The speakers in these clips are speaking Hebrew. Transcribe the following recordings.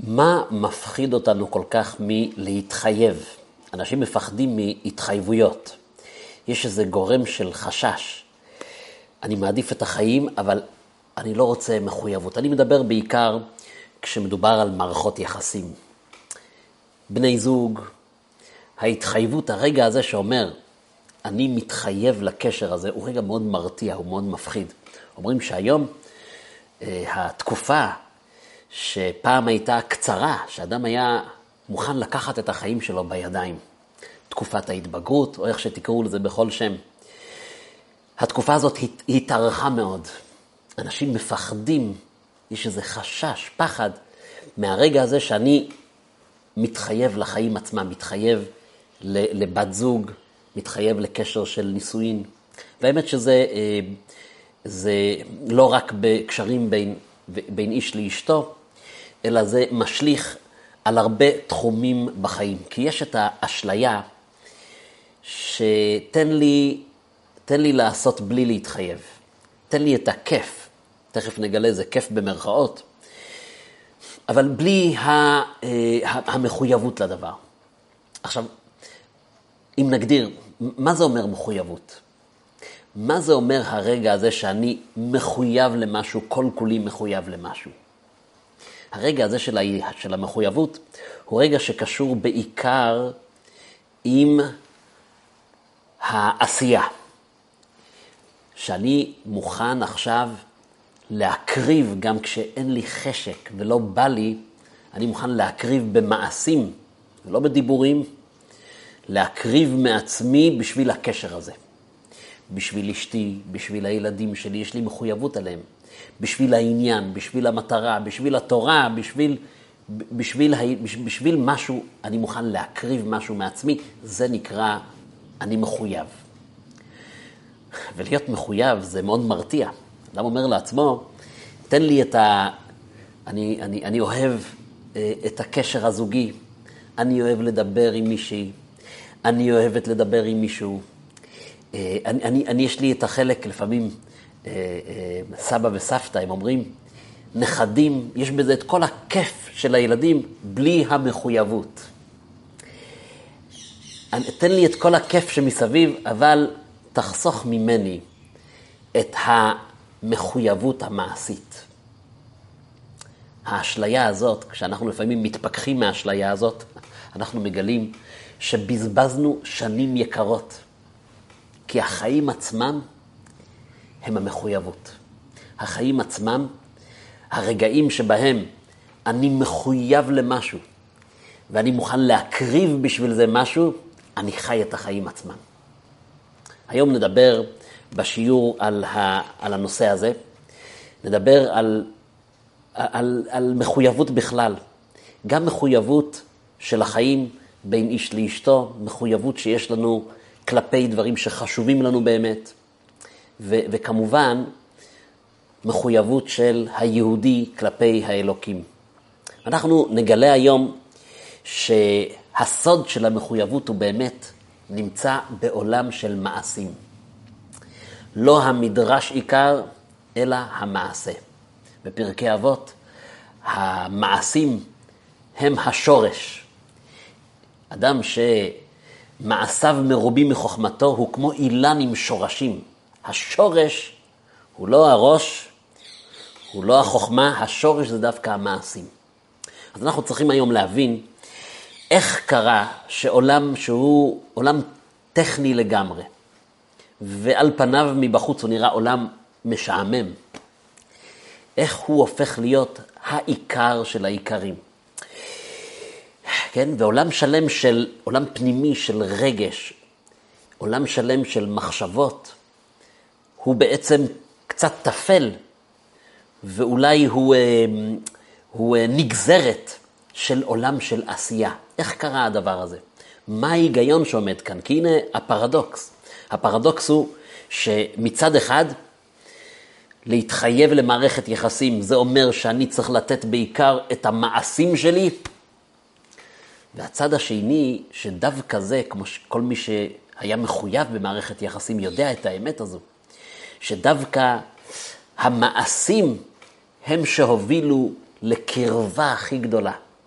מה מפחיד אותנו כל כך מלהתחייב? אנשים מפחדים מהתחייבויות. יש איזה גורם של חשש. אני מעדיף את החיים, אבל אני לא רוצה מחויבות. אני מדבר בעיקר כשמדובר על מערכות יחסים. בני זוג, ההתחייבות, הרגע הזה שאומר, אני מתחייב לקשר הזה, הוא רגע מאוד מרתיע, הוא מאוד מפחיד. אומרים שהיום התקופה שפעם הייתה קצרה, שאדם היה מוכן לקחת את החיים שלו בידיים. תקופת ההתבגרות, או איך שתקראו לזה בכל שם. התקופה הזאת התארכה מאוד. אנשים מפחדים, יש איזה חשש, פחד, מהרגע הזה שאני מתחייב לחיים עצמם, מתחייב לבת זוג, מתחייב לקשר של נישואין. והאמת שזה לא רק בקשרים בין איש לאשתו, אלא זה משליך על הרבה תחומים בחיים. כי יש את האשליה שתן לי לעשות בלי להתחייב. תן לי את הכיף, תכף נגלה זה כיף במרכאות, אבל בלי המחויבות לדבר. עכשיו, אם נגדיר, מה זה אומר מחויבות? מה זה אומר הרגע הזה שאני מחויב למשהו, כל כולי מחויב למשהו? הרגע הזה של המחויבות הוא רגע שקשור בעיקר עם העשייה. שאני מוכן עכשיו להקריב גם כשאין לי חשק ולא בא לי, אני מוכן להקריב במעשים, לא בדיבורים, להקריב מעצמי בשביל הקשר הזה. בשביל אשתי, בשביל הילדים שלי, יש לי מחויבות עליהם. בשביל העניין, בשביל המטרה, בשביל התורה, בשביל משהו, אני מוכן להקריב משהו מעצמי, זה נקרא, אני מחויב. ולהיות מחויב זה מאוד מרתיע. אדם אומר לעצמו, תן לי אני אוהב את הקשר הזוגי, אני אוהב לדבר עם מישהי, אני אוהבת לדבר עם מישהו, יש לי את החלק לפעמים, סבא וסבתא, הם אומרים, נכדים, יש בזה את כל הכיף של הילדים, בלי המחויבות. תן לי את כל הכיף שמסביב, אבל תחסוך ממני את המחויבות המעשית. האשליה הזאת, כשאנחנו לפעמים מתפכחים מהאשליה הזאת, אנחנו מגלים שבזבזנו שנים יקרות. כי החיים עצמם הם המחויבות. החיים עצמם, הרגעים שבהם אני מחויב למשהו, ואני מוכן להקריב בשביל זה משהו, אני חי את החיים עצמם. היום נדבר בשיעור על הנושא הזה, נדבר על מחויבות בכלל, גם מחויבות של החיים בין איש לאשתו, מחויבות שיש לנו כלפי דברים שחשובים לנו באמת, וכמובן מחויבות של היהודי כלפי האלוקים. אנחנו נגלה היום שהסוד של המחויבות הוא באמת נמצא בעולם של מעשים. לא המדרש עיקר, אלא המעשה. בפרקי אבות, המעשים הם השורש. אדם שמעשיו מרובים מחוכמתו הוא כמו אילן עם שורשים. השורש הוא לא הראש, הוא לא החוכמה, השורש זה דווקא המעשים. אז אנחנו צריכים היום להבין איך קרה שעולם שהוא עולם טכני לגמרי, ועל פניו מבחוץ הוא נראה עולם משעמם, איך הוא הופך להיות העיקר של העיקרים. כן? ועולם שלם עולם פנימי של רגש, עולם שלם של מחשבות, הוא בעצם קצת תפל, ואולי הוא נגזרת של עולם של עשייה. איך קרה הדבר הזה? מה ההיגיון שעומד כאן? כי הנה הפרדוקס. הפרדוקס הוא שמצד אחד, להתחייב למערכת יחסים, זה אומר שאני צריך לתת בעיקר את המעשים שלי, והצד השני, שדווקא זה, כמו כל מי שהיה מחויב במערכת יחסים יודע את האמת הזו, שדווקא המעשים הם שהובילו לקרבה הכי גדולה.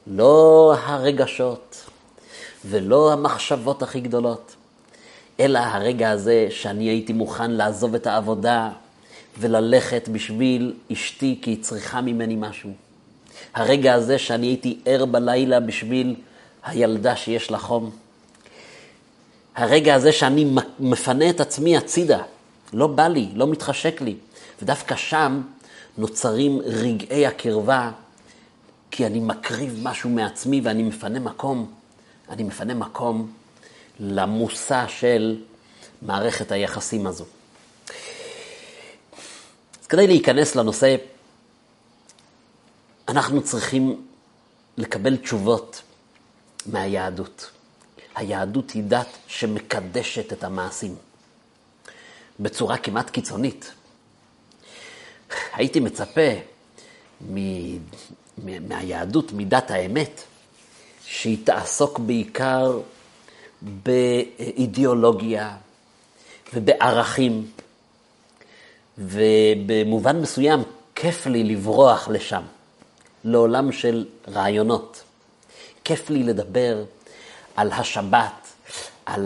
לא הרגשות ולא המחשבות הכי גדולות, אלא הרגע הזה שאני הייתי מוכן לעזוב את העבודה וללכת בשביל אשתי כי היא צריכה ממני משהו. הרגע הזה שאני הייתי ער בלילה בשביל הילדה שיש לה חום. הרגע הזה שאני מפנה את עצמי הצידה, לא בא לי, לא מתחשק לי. ודווקא שם נוצרים רגעי הקרבה, כי אני מקריב משהו מעצמי ואני מפנה מקום. אני מפנה מקום למושא של מערכת היחסים הזו. אז כדי להיכנס לנושא, אנחנו צריכים לקבל תשובות מהיהדות. היהדות היא דת שמקדשת את המעשים בצורה כמעט קיצונית. הייתי מצפה מהיהדות, מדת האמת, שהיא תעסוק בעיקר באידיאולוגיה ובערכים. ובמובן מסוים כיף לי לברוח לשם, לעולם של רעיונות. כיף לי לדבר על השבת, על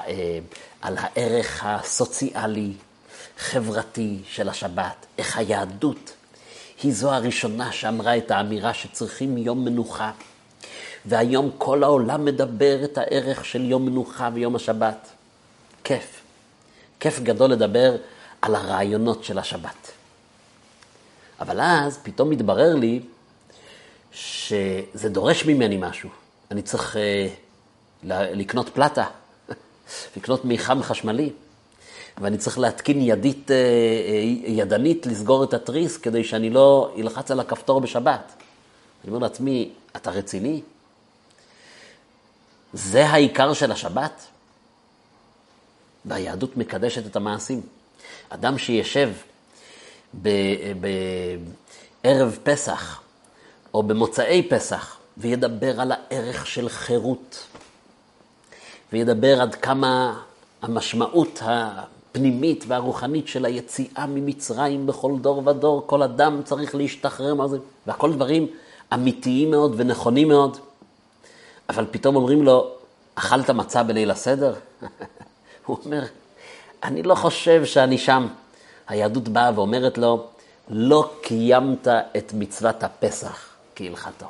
הערך הסוציאלי, חברתי של השבת. איך היהדות היא זו הראשונה שאמרה את האמירה שצריכים יום מנוחה. והיום כל העולם מדבר את הערך של יום מנוחה ויום השבת. כיף. כיף גדול לדבר על הרעיונות של השבת. אבל אז פתאום מתברר לי שזה דורש ממני משהו. אני צריך לקנות פלטה, לקנות מיחם חשמלי, ואני צריך להתקין ידנית לסגור את התריס כדי שאני לא ילחץ על הכפתור בשבת. אני אומר לעצמי, אתה רציני? זה העיקר של השבת? והיהדות מקדשת את המעשים. אדם שישב בערב פסח או במוצאי פסח וידבר על הערך של חירות, וידבר עד כמה המשמעות הפנימית והרוחנית של היציאה ממצרים בכל דור ודור, כל אדם צריך להשתחרר מה זה, והכל דברים אמיתיים מאוד ונכונים מאוד. אבל פתאום אומרים לו, אכלת מצה בליל הסדר? הוא אומר, אני לא חושב שאני שם. היהדות באה ואומרת לו, לא קיימת את מצוות הפסח כהלכתו.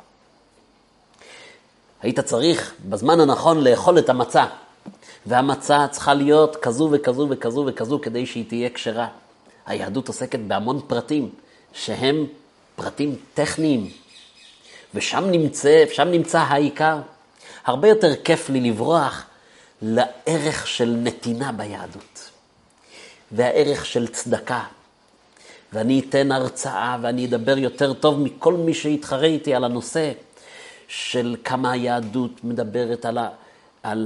היית צריך בזמן הנכון לאכול את המצה, והמצה צריכה להיות כזו וכזו וכזו וכזו כדי שהיא תהיה כשרה. היהדות עוסקת בהמון פרטים שהם פרטים טכניים, ושם נמצא העיקר. הרבה יותר כיף לי לברוח לערך של נתינה ביהדות, והערך של צדקה. ואני אתן הרצאה ואני אדבר יותר טוב מכל מי שיתחרה איתי על הנושא של כמה היהדות מדברת על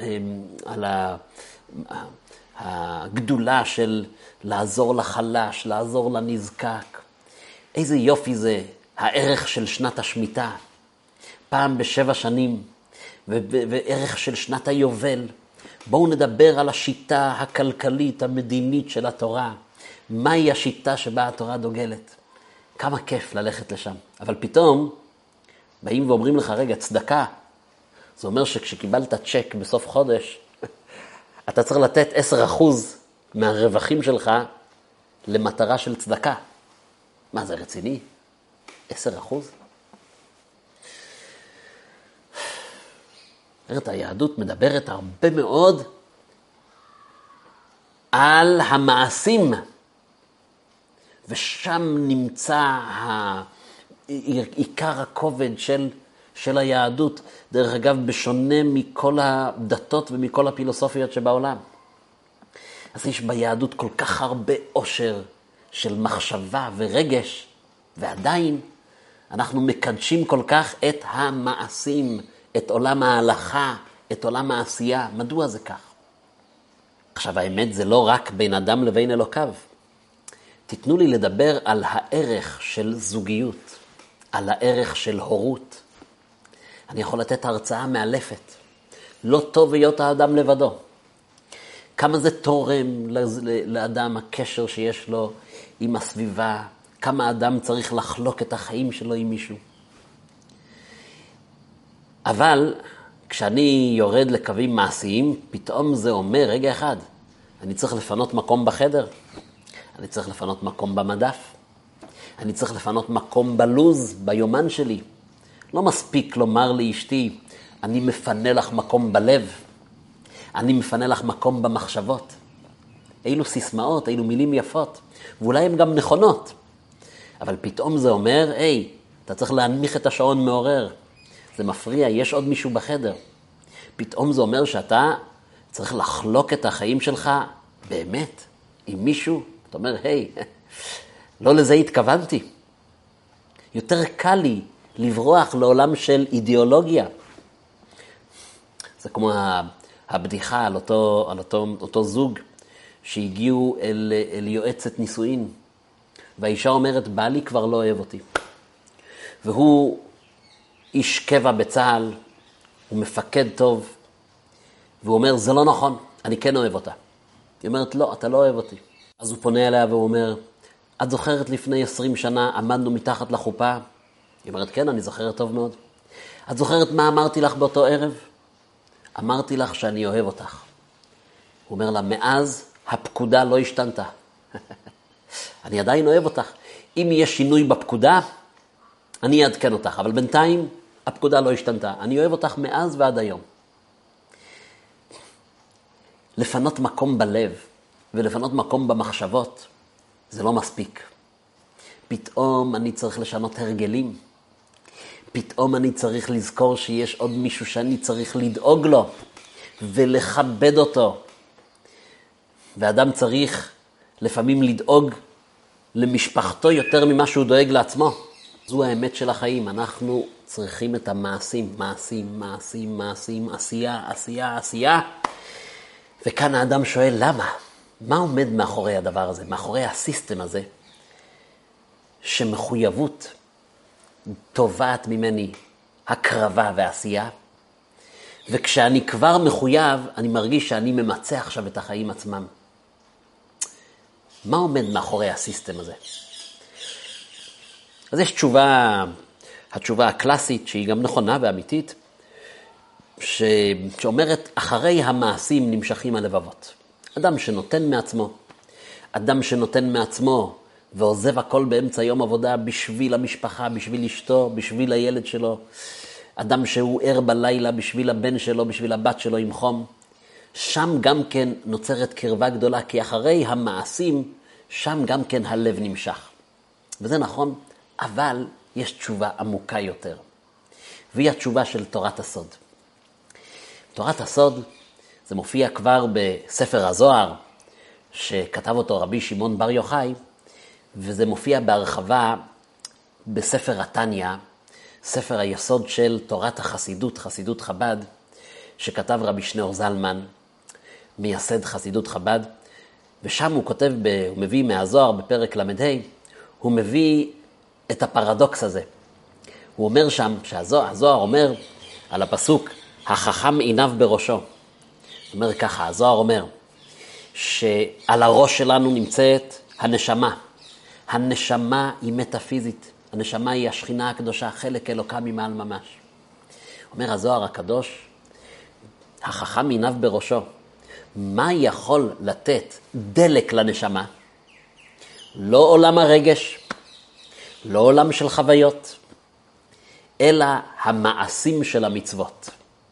הגדולה של לעזור לחלש, לעזור לנזקק. איזה יופי זה הערך של שנת השמיטה, פעם ב7 שנים, וערך של שנת היובל. בואו נדבר על השיטה הכלכלית, המדינית של התורה. מהי השיטה שבה התורה דוגלת? כמה כיף ללכת לשם. אבל פתאום באים ואומרים לך, רגע, צדקה. זה אומר שכשקיבלת צ'ק בסוף חודש, אתה צריך לתת 10% מהרווחים שלך למטרה של צדקה. מה, זה רציני? 10%? היהדות מדברת הרבה מאוד על המעשים, ושם נמצא עיקר הכובד של היהדות. דרך אגב, בשונה מכל הדתות ומכל הפילוסופיות שבעולם. אז יש ביהדות כל כך הרבה עושר של מחשבה ורגש, ועדיין אנחנו מקדשים כל כך את המעשים, את עולם ההלכה, את עולם העשייה. מדוע זה כך? עכשיו, האמת זה לא רק בין אדם לבין אלוקיו. תיתנו לי לדבר על הערך של זוגיות, על הערך של הורות. אני יכול לתת הרצאה מאלפת. לא טוב להיות האדם לבדו. כמה זה תורם לאדם הקשר שיש לו עם הסביבה, כמה אדם צריך לחלוק את החיים שלו עם מישהו. אבל כשאני יורד לקווים מעשיים, פתאום זה אומר, רגע אחד, אני צריך לפנות מקום בחדר, אני צריך לפנות מקום במדף, אני צריך לפנות מקום בלוז, ביומן שלי. לא מספיק לומר לאשתי, אני מפנה לך מקום בלב, אני מפנה לך מקום במחשבות. אילו סיסמאות, אילו מילים יפות, ואולי הן גם נכונות. אבל פתאום זה אומר, היי, אתה צריך להנמיך את השעון מעורר. זה מפריע, יש עוד מישהו בחדר. פתאום זה אומר שאתה צריך לחלוק את החיים שלך באמת עם מישהו. אתה אומר, היי, לא לזה התכוונתי. יותר קל לי לברוח לעולם של אידיאולוגיה. זה כמו הבדיחה על אותו זוג שהגיעו אל יועצת נישואין. והאישה אומרת, בעלי כבר לא אוהב אותי. והוא איש קבע בצהל, הוא מפקד טוב, והוא אומר, זה לא נכון, אני כן אוהב אותה. היא אומרת, לא, אתה לא אוהב אותי. אז הוא פונה אליה והוא אומר, את זוכרת לפני 20 שנה עמדנו מתחת לחופה? היא אומרת, כן, אני זוכרת טוב מאוד. את זוכרת מה אמרתי לך באותו ערב? אמרתי לך שאני אוהב אותך. הוא אומר לה, מאז הפקודה לא השתנתה. אני עדיין אוהב אותך. אם יש שינוי בפקודה, אני אעדכן אותך. אבל בינתיים הפקודה לא השתנתה. אני אוהב אותך מאז ועד היום. לפנות מקום בלב ולפנות מקום במחשבות, זה לא מספיק. פתאום אני צריך לשנות הרגלים. פתאום אני צריך לזכור שיש עוד מישהו שאני צריך לדאוג לו ולכבד אותו. ואדם צריך לפעמים לדאוג למשפחתו יותר ממה שהוא דואג לעצמו. זו האמת של החיים. אנחנו צריכים את המעשים, מעשים, מעשים, מעשים, עשייה, עשייה, עשייה. וכאן האדם שואל, למה? מה עומד מאחורי הדבר הזה? מאחורי הסיסטם הזה, שמחויבות תובעת ממני הקרבה ועשייה, וכשאני כבר מחויב, אני מרגיש שאני ממצא עכשיו את החיים עצמם. מה עומד מאחורי הסיסטם הזה? אז יש התשובה הקלאסית, שהיא גם נכונה ואמיתית, שאומרת, אחרי המעשים נמשכים הלבבות. אדם שנותן מעצמו, אדם שנותן מעצמו ועוזב הכל באמצע יום עבודה בשביל המשפחה, בשביל אשתו, בשביל הילד שלו, אדם שהוא ער בלילה בשביל הבן שלו, בשביל הבת שלו עם חום, שם גם כן נוצרת קרבה גדולה, כי אחרי המעשים, שם גם כן הלב נמשך. וזה נכון, אבל יש תשובה עמוקה יותר. והיא התשובה של תורת הסוד. תורת הסוד, זה מופיע כבר בספר הזוהר, שכתב אותו רבי שמעון בר יוחאי, וזה מופיע בהרחבה בספר התניא, ספר היסוד של תורת החסידות, חסידות חב"ד, שכתב רבי שניאור זלמן, מייסד חסידות חב"ד, ושם הוא כותב, הוא מביא מהזוהר בפרק למ"ה, הוא מביא את הפרדוקס הזה. הוא אומר שם, שהזוהר אומר על הפסוק, החכם עיניו בראשו. הוא אומר ככה, הזוהר אומר, שעל הראש שלנו נמצאת הנשמה. הנשמה היא מטאפיזית. הנשמה היא השכינה הקדושה, חלק אלוקה ממעל ממש. אומר הזוהר הקדוש, החכם עיניו בראשו. מה יכול לתת דלק לנשמה? לא עולם הרגש, לא עולם של חוויות, אלא המעשים של המצוות.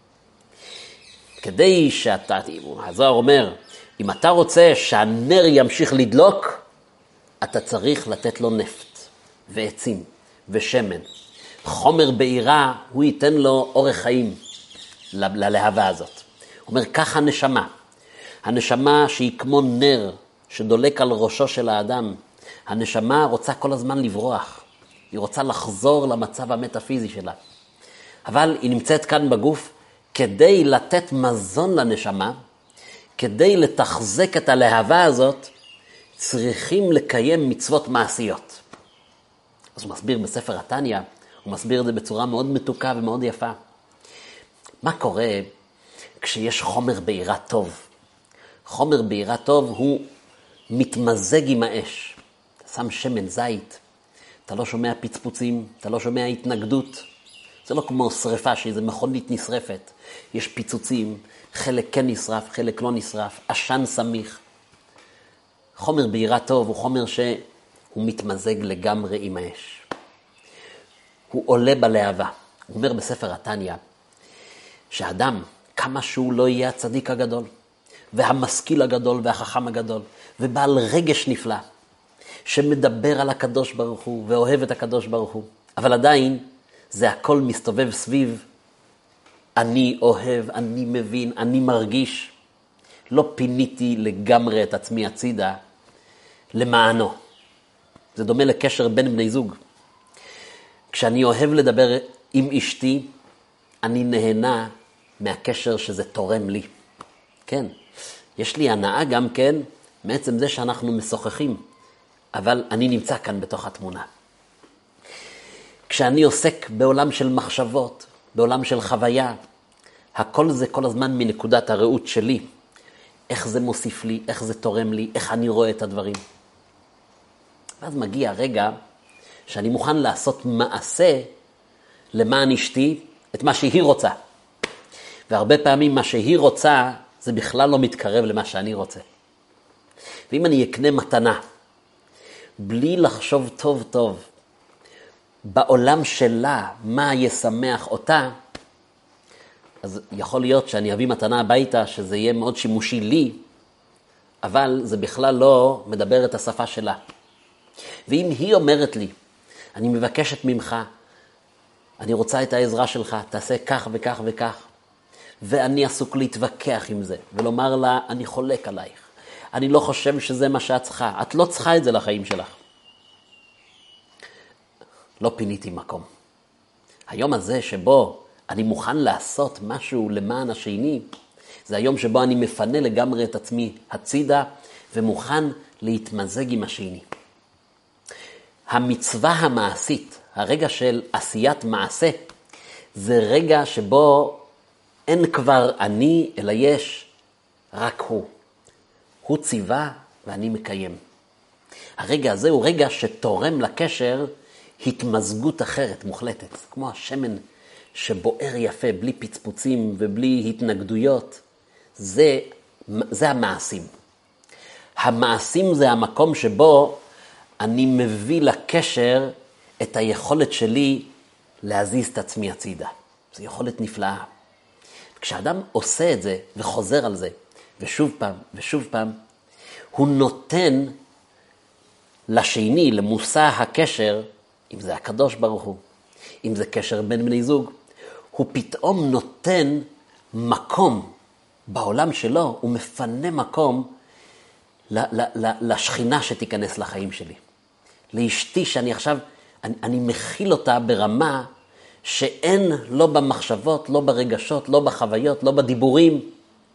כדי שאתה, הזוהר אומר, אם אתה רוצה שהנר ימשיך לדלוק, אתה צריך לתת לו נפט ועצים ושמן. חומר בעירה, הוא ייתן לו אורך חיים ללהבה הזאת. הוא אומר, ככה הנשמה. הנשמה שהיא כמו נר שדולק על ראשו של האדם. הנשמה רוצה כל הזמן לברוח. היא רוצה לחזור למצב המטאפיזי שלה. אבל היא נמצאת כאן בגוף כדי לתת מזון לנשמה, כדי לתחזק את הלהבה הזאת, צריכים לקיים מצוות מעשיות. אז הוא מסביר בספר התניא, הוא מסביר את זה בצורה מאוד מתוקה ומאוד יפה. מה קורה כשיש חומר בעירה טוב? חומר בעירה טוב הוא מתמזג עם האש. אתה שם שמן זית, אתה לא שומע פצפוצים, אתה לא שומע התנגדות. זה לא כמו שריפה שאיזו מכונית נשרפת. יש פיצוצים, חלק כן נשרף, חלק לא נשרף, עשן סמיך. חומר בעירה טוב הוא חומר שהוא מתמזג לגמרי עם האש. הוא עולה בלהבה. הוא אומר בספר התניא, שאדם, כמה שהוא לא יהיה הצדיק הגדול, והמשכיל הגדול והחכם הגדול, ובעל רגש נפלא, שמדבר על הקדוש ברוך הוא, ואוהב את הקדוש ברוך הוא, אבל עדיין זה הכל מסתובב סביב, אני אוהב, אני מבין, אני מרגיש, לא פיניתי לגמרי את עצמי הצידה למענו. זה דומה לקשר בין בני זוג. כשאני אוהב לדבר עם אשתי, אני נהנה מהקשר שזה תורם לי. כן, יש לי הנאה גם כן מעצם זה שאנחנו משוחחים, אבל אני נמצא כאן בתוך התמונה. כשאני עוסק בעולם של מחשבות, בעולם של חוויה, הכל זה כל הזמן מנקודת הראות שלי. איך זה מוסיף לי, איך זה תורם לי, איך אני רואה את הדברים. ואז מגיע רגע שאני מוכן לעשות מעשה למען אשתי את מה שהיא רוצה. והרבה פעמים מה שהיא רוצה זה בכלל לא מתקרב למה שאני רוצה. ואם אני אקנה מתנה, בלי לחשוב טוב טוב, בעולם שלה מה ישמח אותה, אז יכול להיות שאני אביא מתנה הביתה שזה יהיה מאוד שימושי לי, אבל זה בכלל לא מדבר את השפה שלה. ואם היא אומרת לי, אני מבקשת ממך, אני רוצה את העזרה שלך, תעשה כך וכך וכך, ואני עסוק להתווכח עם זה, ולומר לה, אני חולק עלייך, אני לא חושב שזה מה שאת צריכה, את לא צריכה את זה לחיים שלך. לא פיניתי מקום. היום הזה שבו אני מוכן לעשות משהו למען השני, זה היום שבו אני מפנה לגמרי את עצמי הצידה, ומוכן להתמזג עם השני. המצווה המעשית, הרגע של עשיית מעשה, זה רגע שבו אין כבר אני, אלא יש רק הוא. הוא ציווה ואני מקיים. הרגע הזה הוא רגע שתורם לקשר התמזגות אחרת, מוחלטת. כמו השמן שבוער יפה, בלי פצפוצים ובלי התנגדויות. זה המעשים. המעשים זה המקום שבו אני מביא לקשר את היכולת שלי להזיז את עצמי הצידה. זו יכולת נפלאה. כשאדם עושה את זה וחוזר על זה, ושוב פעם ושוב פעם, הוא נותן לשני, למושא הקשר, אם זה הקדוש ברוך הוא, אם זה קשר בין בני זוג, הוא פתאום נותן מקום בעולם שלו, הוא מפנה מקום לשכינה שתיכנס לחיים שלי. לאשתי שאני עכשיו, אני מכיל אותה ברמה שאין לא במחשבות, לא ברגשות, לא בחוויות, לא בדיבורים.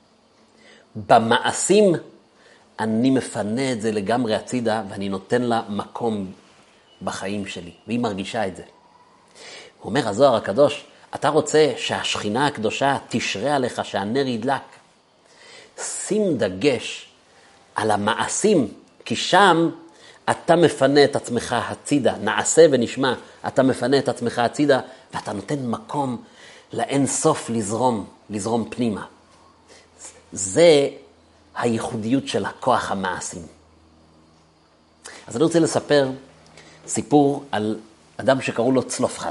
במעשים אני מפנה את זה לגמרי הצידה ואני נותן לה מקום בחיים שלי, והיא מרגישה את זה. הוא אומר הזוהר הקדוש, אתה רוצה שהשכינה הקדושה תשרה עליך, שהנר ידלק. שים דגש על המעשים, כי שם אתה מפנה את עצמך הצידה, נעשה ונשמע, אתה מפנה את עצמך הצידה, ואתה נותן מקום לאין סוף לזרום פנימה. זה הייחודיות של הכוח המעשים. אז אני רוצה לספר סיפור על אדם שקראו לו צלופחד.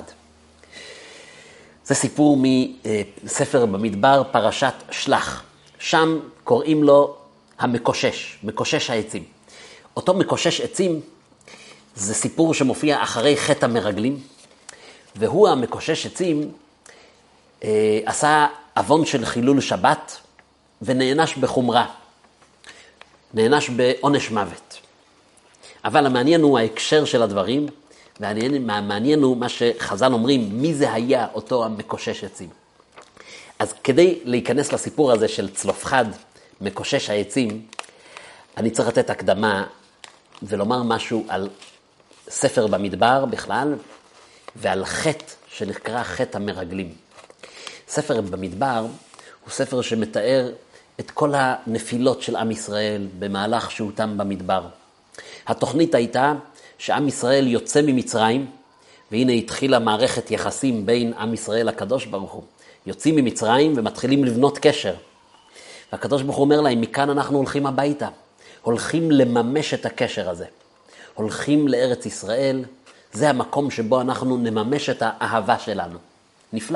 זה סיפור מספר במדבר, פרשת שלח. שם קוראים לו המקושש, מקושש העצים. אותו מקושש עצים זה סיפור שמופיע אחרי חטא המרגלים, והוא המקושש עצים עשה עוון של חילול שבת ונענש בחומרה, נענש בעונש מוות. אבל המעניין הוא ההקשר של הדברים, והמעניין הוא מה שחז"ל אומרים, מי זה היה אותו המקושש עצים. אז כדי להיכנס לסיפור הזה של צלופחד, מקושש העצים, אני צריך לתת הקדמה ולומר משהו על ספר במדבר בכלל, ועל חטא שנקרא חטא המרגלים. ספר במדבר הוא ספר שמתאר את כל הנפילות של עם ישראל במהלך שהותם במדבר. התוכנית הייתה שעם ישראל יוצא ממצרים, והנה התחילה מערכת יחסים בין עם ישראל לקדוש ברוך הוא. יוצאים ממצרים ומתחילים לבנות קשר. והקדוש ברוך הוא אומר להם, מכאן אנחנו הולכים הביתה. הולכים לממש את הקשר הזה. הולכים לארץ ישראל, זה המקום שבו אנחנו נממש את האהבה שלנו. נפלא.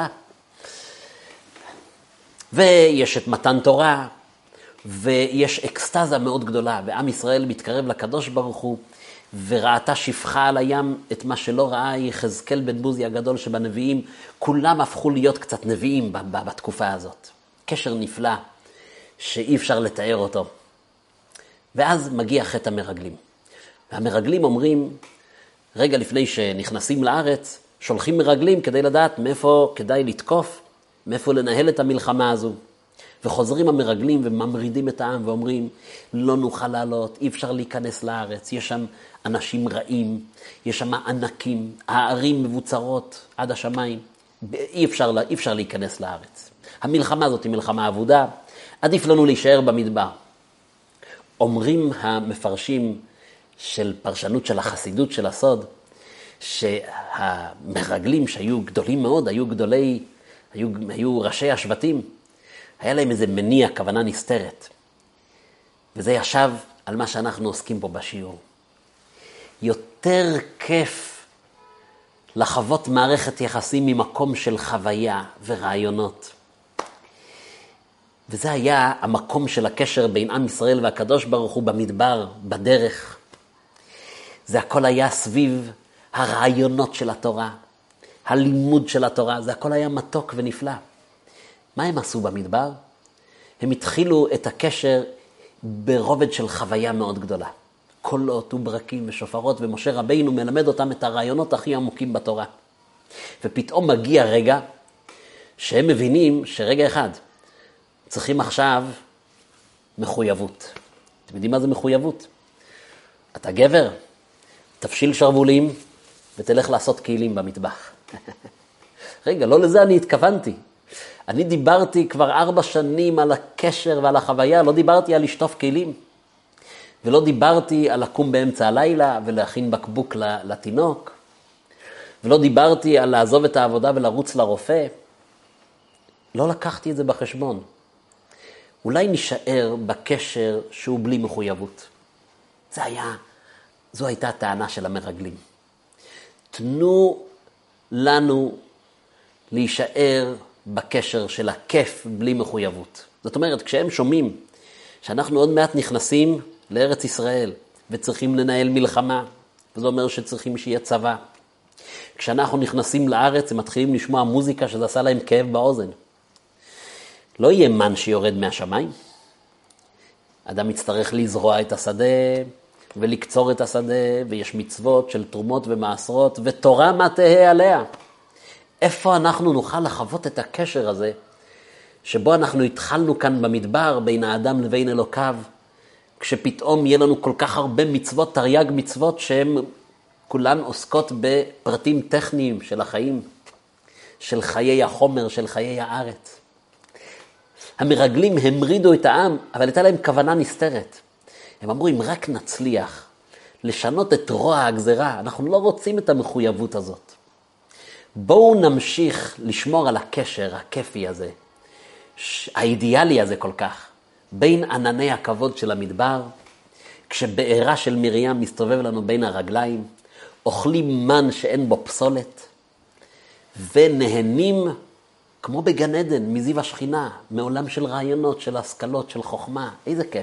ויש את מתן תורה, ויש אקסטזה מאוד גדולה, ועם ישראל מתקרב לקדוש ברוך הוא, וראתה שפחה על הים את מה שלא ראה יחזקאל בן בוזי הגדול שבנביאים, כולם הפכו להיות קצת נביאים בתקופה הזאת. קשר נפלא שאי אפשר לתאר אותו. ואז מגיע חטא המרגלים. והמרגלים אומרים, רגע לפני שנכנסים לארץ, שולחים מרגלים כדי לדעת מאיפה כדאי לתקוף, מאיפה לנהל את המלחמה הזו. וחוזרים המרגלים וממרידים את העם ואומרים, לא נוכל לעלות, אי אפשר להיכנס לארץ, יש שם אנשים רעים, יש שם ענקים, הערים מבוצרות עד השמיים, אי אפשר להיכנס לארץ. המלחמה הזאת היא מלחמה עבודה, עדיף לנו להישאר במדבר. אומרים המפרשים של פרשנות של החסידות של הסוד, שהמרגלים שהיו גדולים מאוד, היו ראשי השבטים, היה להם איזה מניע, כוונה נסתרת. וזה ישב על מה שאנחנו עוסקים פה בשיעור. יותר כיף לחוות מערכת יחסים ממקום של חוויה ורעיונות. וזה היה המקום של הקשר בין עם ישראל והקדוש ברוך הוא במדבר, בדרך. זה הכל היה סביב הרעיונות של התורה, הלימוד של התורה, זה הכל היה מתוק ונפלא. מה הם עשו במדבר? הם התחילו את הקשר ברובד של חוויה מאוד גדולה. קולות וברקים ושופרות, ומשה רבינו מלמד אותם את הרעיונות הכי עמוקים בתורה. ופתאום מגיע רגע שהם מבינים שרגע אחד צריכים עכשיו מחויבות. אתם יודעים מה זה מחויבות? אתה גבר, תפשיל שרבולים ותלך לעשות כלים במטבח. רגע, לא לזה אני התכוונתי. אני דיברתי כבר 4 שנים על הקשר ועל החוויה, לא דיברתי על לשטוף כלים. ולא דיברתי על לקום באמצע הלילה ולהכין בקבוק לתינוק. ולא דיברתי על לעזוב את העבודה ולרוץ לרופא. לא לקחתי את זה בחשבון. אולי נשאר בקשר שהוא בלי מחויבות. זו הייתה הטענה של המרגלים. תנו לנו להישאר בקשר של הכיף בלי מחויבות. זאת אומרת, כשהם שומעים שאנחנו עוד מעט נכנסים לארץ ישראל וצריכים לנהל מלחמה, וזה אומר שצריכים שיהיה צבא. כשאנחנו נכנסים לארץ הם מתחילים לשמוע מוזיקה שזה עשה להם כאב באוזן. לא יהיה מן שיורד מהשמיים. אדם יצטרך לזרוע את השדה ולקצור את השדה, ויש מצוות של תרומות ומעשרות, ותורה מה תהא עליה. איפה אנחנו נוכל לחוות את הקשר הזה, שבו אנחנו התחלנו כאן במדבר בין האדם לבין אלוקיו, כשפתאום יהיה לנו כל כך הרבה מצוות, תרי"ג מצוות, שהן כולן עוסקות בפרטים טכניים של החיים, של חיי החומר, של חיי הארץ. המרגלים המרידו את העם, אבל הייתה להם כוונה נסתרת. הם אמרו, אם רק נצליח לשנות את רוע הגזרה, אנחנו לא רוצים את המחויבות הזאת. בואו נמשיך לשמור על הקשר הכיפי הזה, האידיאלי הזה כל כך, בין ענני הכבוד של המדבר, כשבעירה של מרים מסתובב לנו בין הרגליים, אוכלים מן שאין בו פסולת, ונהנים כמו בגן עדן, מזיו השכינה, מעולם של רעיונות, של השכלות, של חוכמה. איזה כיף.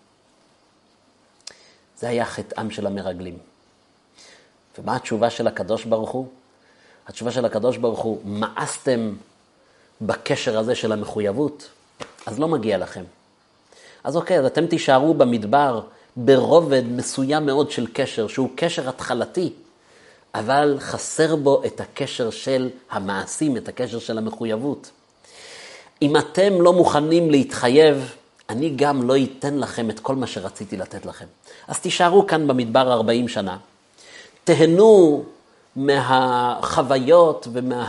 זה היה חטאם של המרגלים. ומה התשובה של הקדוש ברוך הוא? התשובה של הקדוש ברוך הוא, מאסתם בקשר הזה של המחויבות, אז לא מגיע לכם. אז אוקיי, אז אתם תישארו במדבר ברובד מסוים מאוד של קשר, שהוא קשר התחלתי, אבל חסר בו את הקשר של המעשים, את הקשר של המחויבות. אם אתם לא מוכנים להתחייב, אני גם לא אתן לכם את כל מה שרציתי לתת לכם. אז תישארו כאן במדבר 40 שנה, תהנו מהחוויות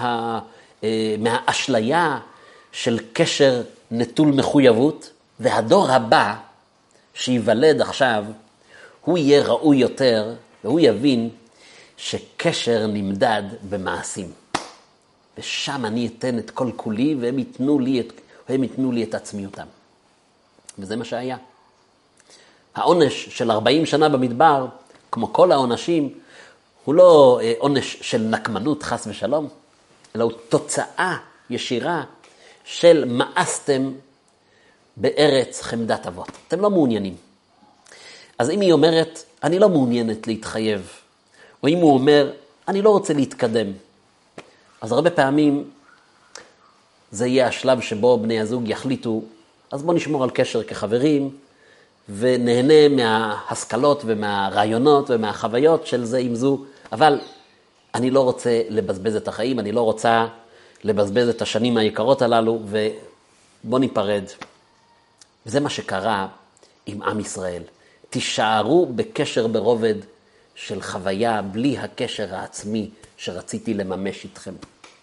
ומהאשליה של קשר נטול מחויבות, והדור הבא שיוולד עכשיו, הוא יהיה ראוי יותר, והוא יבין שקשר נמדד במעשים. ושם אני אתן את כל כולי, והם ייתנו לי את עצמיותם. וזה מה שהיה. העונש של 40 שנה במדבר, כמו כל העונשים, הוא לא עונש של נקמנות, חס ושלום, אלא הוא תוצאה ישירה של מאסתם בארץ חמדת אבות. אתם לא מעוניינים. אז אם היא אומרת, אני לא מעוניינת להתחייב, או אם הוא אומר, אני לא רוצה להתקדם, אז הרבה פעמים זה יהיה השלב שבו בני הזוג יחליטו, אז בוא נשמור על קשר כחברים, ונהנה מההשכלות ומהרעיונות ומהחוויות של זה עם זו, אבל אני לא רוצה לבזבז את החיים, אני לא רוצה לבזבז את השנים היקרות הללו, ובוא ניפרד. וזה מה שקרה עם עם ישראל. תישארו בקשר ברובד של חוויה, בלי הקשר העצמי שרציתי לממש איתכם.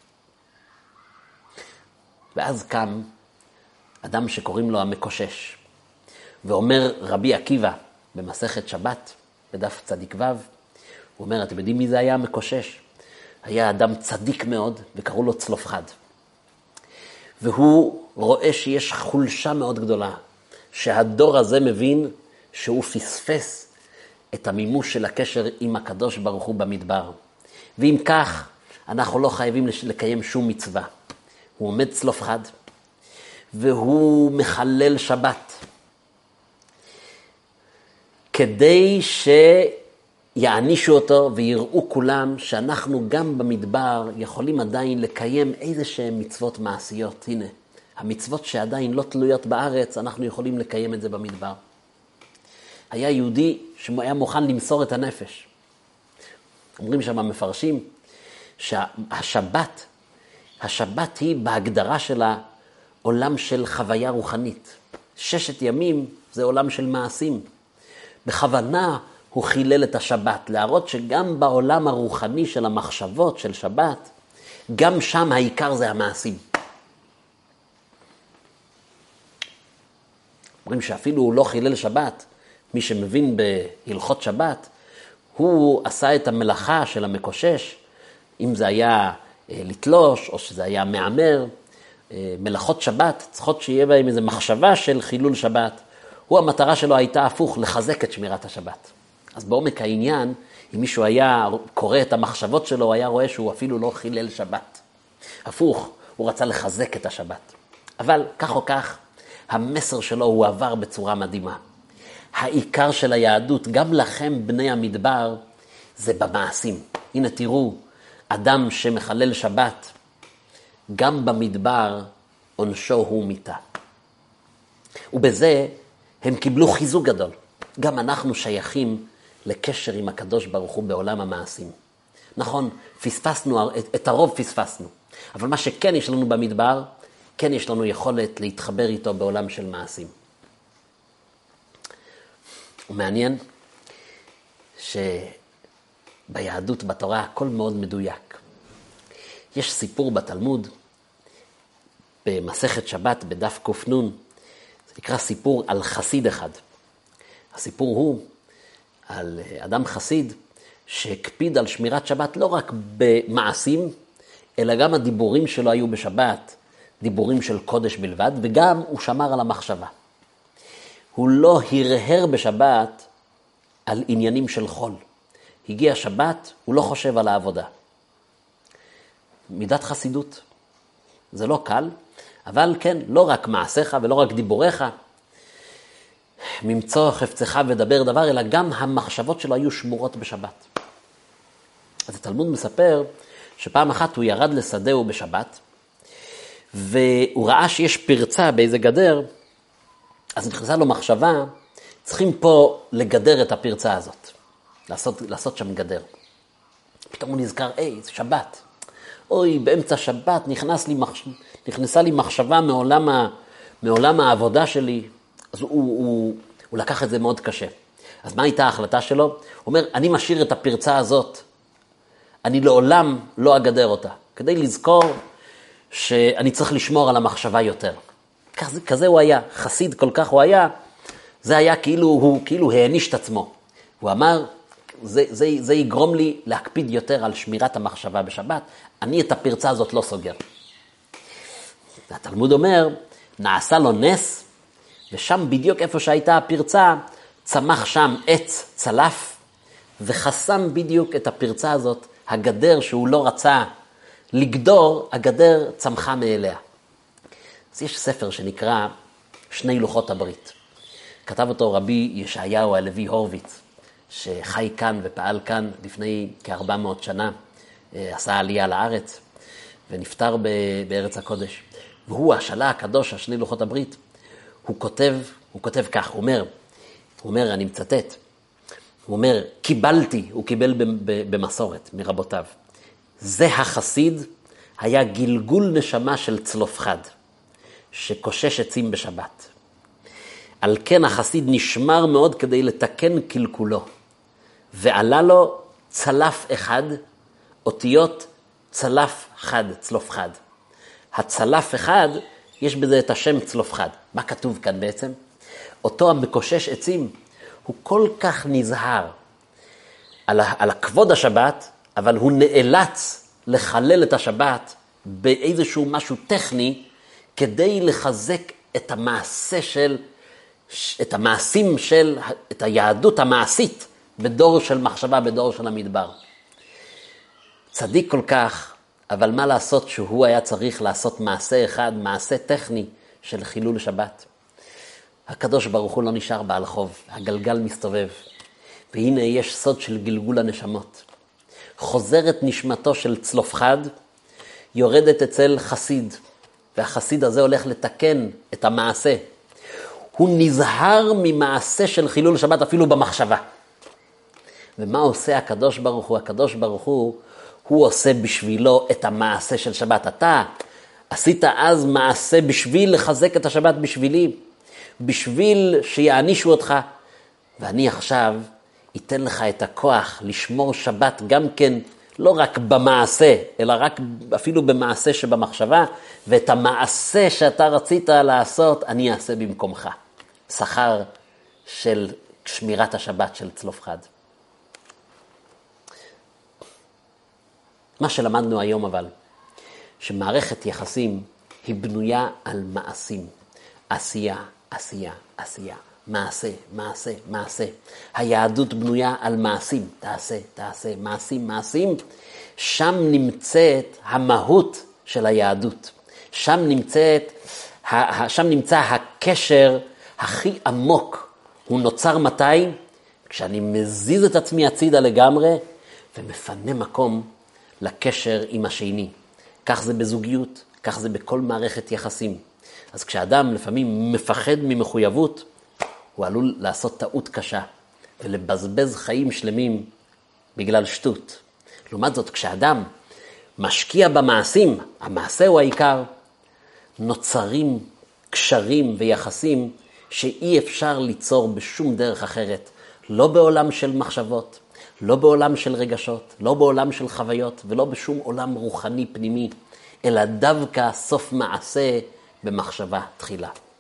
ואז קם אדם שקוראים לו המקושש, ואומר רבי עקיבא במסכת שבת, בדף צדיק ו', הוא אומר, אתם יודעים מי זה היה המקושש? היה אדם צדיק מאוד, וקראו לו צלופחד. והוא רואה שיש חולשה מאוד גדולה, שהדור הזה מבין שהוא פספס את המימוש של הקשר עם הקדוש ברוך הוא במדבר. ואם כך, אנחנו לא חייבים לקיים שום מצווה. הוא עומד צלופחד, והוא מחלל שבת. כדי שיענישו אותו ויראו כולם שאנחנו גם במדבר יכולים עדיין לקיים איזה שהן מצוות מעשיות. הנה, המצוות שעדיין לא תלויות בארץ, אנחנו יכולים לקיים את זה במדבר. היה יהודי שהיה מוכן למסור את הנפש. אומרים שם המפרשים שהשבת היא בהגדרה שלה עולם של חוויה רוחנית. 6 ימים זה עולם של מעשים. בכוונה הוא חילל את השבת, להראות שגם בעולם הרוחני של המחשבות של שבת, גם שם העיקר זה המעשים. אומרים שאפילו הוא לא חילל שבת, מי שמבין בהלכות שבת, הוא עשה את המלאכה של המקושש, אם זה היה לתלוש או שזה היה מאמר, מלאכות שבת צריכות שיהיה בהם איזו מחשבה של חילול שבת. המטרה שלו הייתה הפוך, לחזק את שמירת השבת. אז בעומק העניין, אם מישהו היה קורא את המחשבות שלו, הוא היה רואה שהוא אפילו לא חילל שבת. הפוך, הוא רצה לחזק את השבת. אבל כך או כך, המסר שלו הוא עבר בצורה מדהימה. העיקר של היהדות, גם לכם בני המדבר, זה במעשים. הנה תראו, אדם שמחלל שבת, גם במדבר עונשו הוא מיתה. ובזה הם קיבלו חיזוק גדול. גם אנחנו שייכים לקשר עם הקדוש ברוך הוא בעולם המעשים. נכון, פספסנו, את הרוב פספסנו. אבל מה שכן יש לנו במדבר, כן יש לנו יכולת להתחבר איתו בעולם של מעשים. ומעניין שביהדות, בתורה, הכל מאוד מדויק. יש סיפור בתלמוד, במסכת שבת, בדף קופנון, זה נקרא סיפור על חסיד אחד. הסיפור הוא על אדם חסיד שהקפיד על שמירת שבת לא רק במעשים, אלא גם הדיבורים שלו היו בשבת, דיבורים של קודש בלבד, וגם הוא שמר על המחשבה. הוא לא הרהר בשבת על עניינים של חול. הגיע שבת, הוא לא חושב על העבודה. מידת חסידות. זה לא קל, אבל כן, לא רק מעשיך ולא רק דיבוריך, ממצוא חפצך ודבר דבר, אלא גם המחשבות שלו היו שמורות בשבת. אז התלמוד מספר שפעם אחת הוא ירד לשדהו בשבת, והוא ראה שיש פרצה באיזה גדר, אז נכנסה לו מחשבה, צריכים פה לגדר את הפרצה הזאת, לעשות שם גדר. פתאום הוא נזכר, זה שבת. אוי, באמצע שבת נכנסה לי מחשבה מעולם העבודה שלי. אז הוא לקח את זה מאוד קשה. אז מה הייתה ההחלטה שלו? הוא אומר, אני משאיר את הפרצה הזאת, אני לעולם לא אגדר אותה, כדי לזכור שאני צריך לשמור על המחשבה יותר. כזה הוא היה, חסיד כל כך הוא היה, זה היה כאילו הוא העניש את עצמו. הוא אמר, זה יגרום לי להקפיד יותר על שמירת המחשבה בשבת. אני את הפרצה הזאת לא סוגר. התלמוד אומר, נעשה לו נס, ושם בדיוק איפה שהייתה הפרצה, צמח שם עץ צלף, וחסם בדיוק את הפרצה הזאת, הגדר שהוא לא רצה לגדור, הגדר צמחה מאליה. אז יש ספר שנקרא שני לוחות הברית. כתב אותו רבי ישעיהו הלוי הורוביץ, שחי כאן ופעל כאן לפני כ-400 שנה, עשה עלייה לארץ, ונפטר בארץ הקודש. והוא השאלה הקדוש, השני לוחות הברית, הוא כותב כך, הוא אומר, אני מצטט, הוא אומר, הוא קיבל במסורת מרבותיו. זה החסיד היה גלגול נשמה של צלופחד, שקושש עצים בשבת. על כן החסיד נשמר מאוד כדי לתקן קלקולו, ועלה לו צלף אחד, אותיות צלף חד, צלוף חד. הצלף אחד, יש בזה את השם צלוף חד. מה כתוב כאן בעצם? אותו המקושש עצים, הוא כל כך נזהר על הכבוד השבת, אבל הוא נאלץ לחלל את השבת באיזשהו משהו טכני, כדי לחזק את המעשים של, את היהדות המעשית, בדור של מחשבה, בדור של המדבר. צדיק כל כך, אבל מה לעשות שהוא היה צריך לעשות מעשה אחד, מעשה טכני של חילול שבת. הקדוש ברוך הוא לא נשאר בעל חוב, הגלגל מסתובב. והנה יש סוד של גלגול הנשמות. חוזרת נשמתו של צלופחד, יורדת אצל חסיד, והחסיד הזה הולך לתקן את המעשה. הוא נזהר ממעשה של חילול שבת אפילו במחשבה. ומה עושה הקדוש ברוך הוא? הקדוש ברוך הוא עושה בשבילו את המעשה של שבת. אתה עשית אז מעשה בשביל לחזק את השבת בשבילי, בשביל שיענישו אותך, ואני עכשיו אתן לך את הכוח לשמור שבת גם כן, לא רק במעשה, אלא רק אפילו במעשה שבמחשבה, ואת המעשה שאתה רצית לעשות, אני אעשה במקומך. שכר של שמירת השבת של צלופחד. מה שלמדנו היום אבל, שמערכת יחסים היא בנויה על מעשים. עשייה, עשייה, עשייה. מעשה, מעשה, מעשה. היהדות בנויה על מעשים. תעשה, תעשה, מעשים, מעשים. שם נמצאת המהות של היהדות. שם נמצא הקשר הכי עמוק. הוא נוצר מתי? כשאני מזיז את עצמי הצידה לגמרי, ומפנה מקום לקשר עם השני. כך זה בזוגיות, כך זה בכל מערכת יחסים. אז כשאדם לפעמים מפחד ממחויבות, הוא עלול לעשות טעות קשה, ולבזבז חיים שלמים בגלל שטות. לעומת זאת, כשאדם משקיע במעשים, המעשה הוא העיקר, נוצרים קשרים ויחסים שאי אפשר ליצור בשום דרך אחרת. לא בעולם של מחשבות, לא בעולם של רגשות, לא בעולם של חוויות, ולא בשום עולם רוחני פנימי, אלא דווקא סוף מעשה במחשבה תחילה.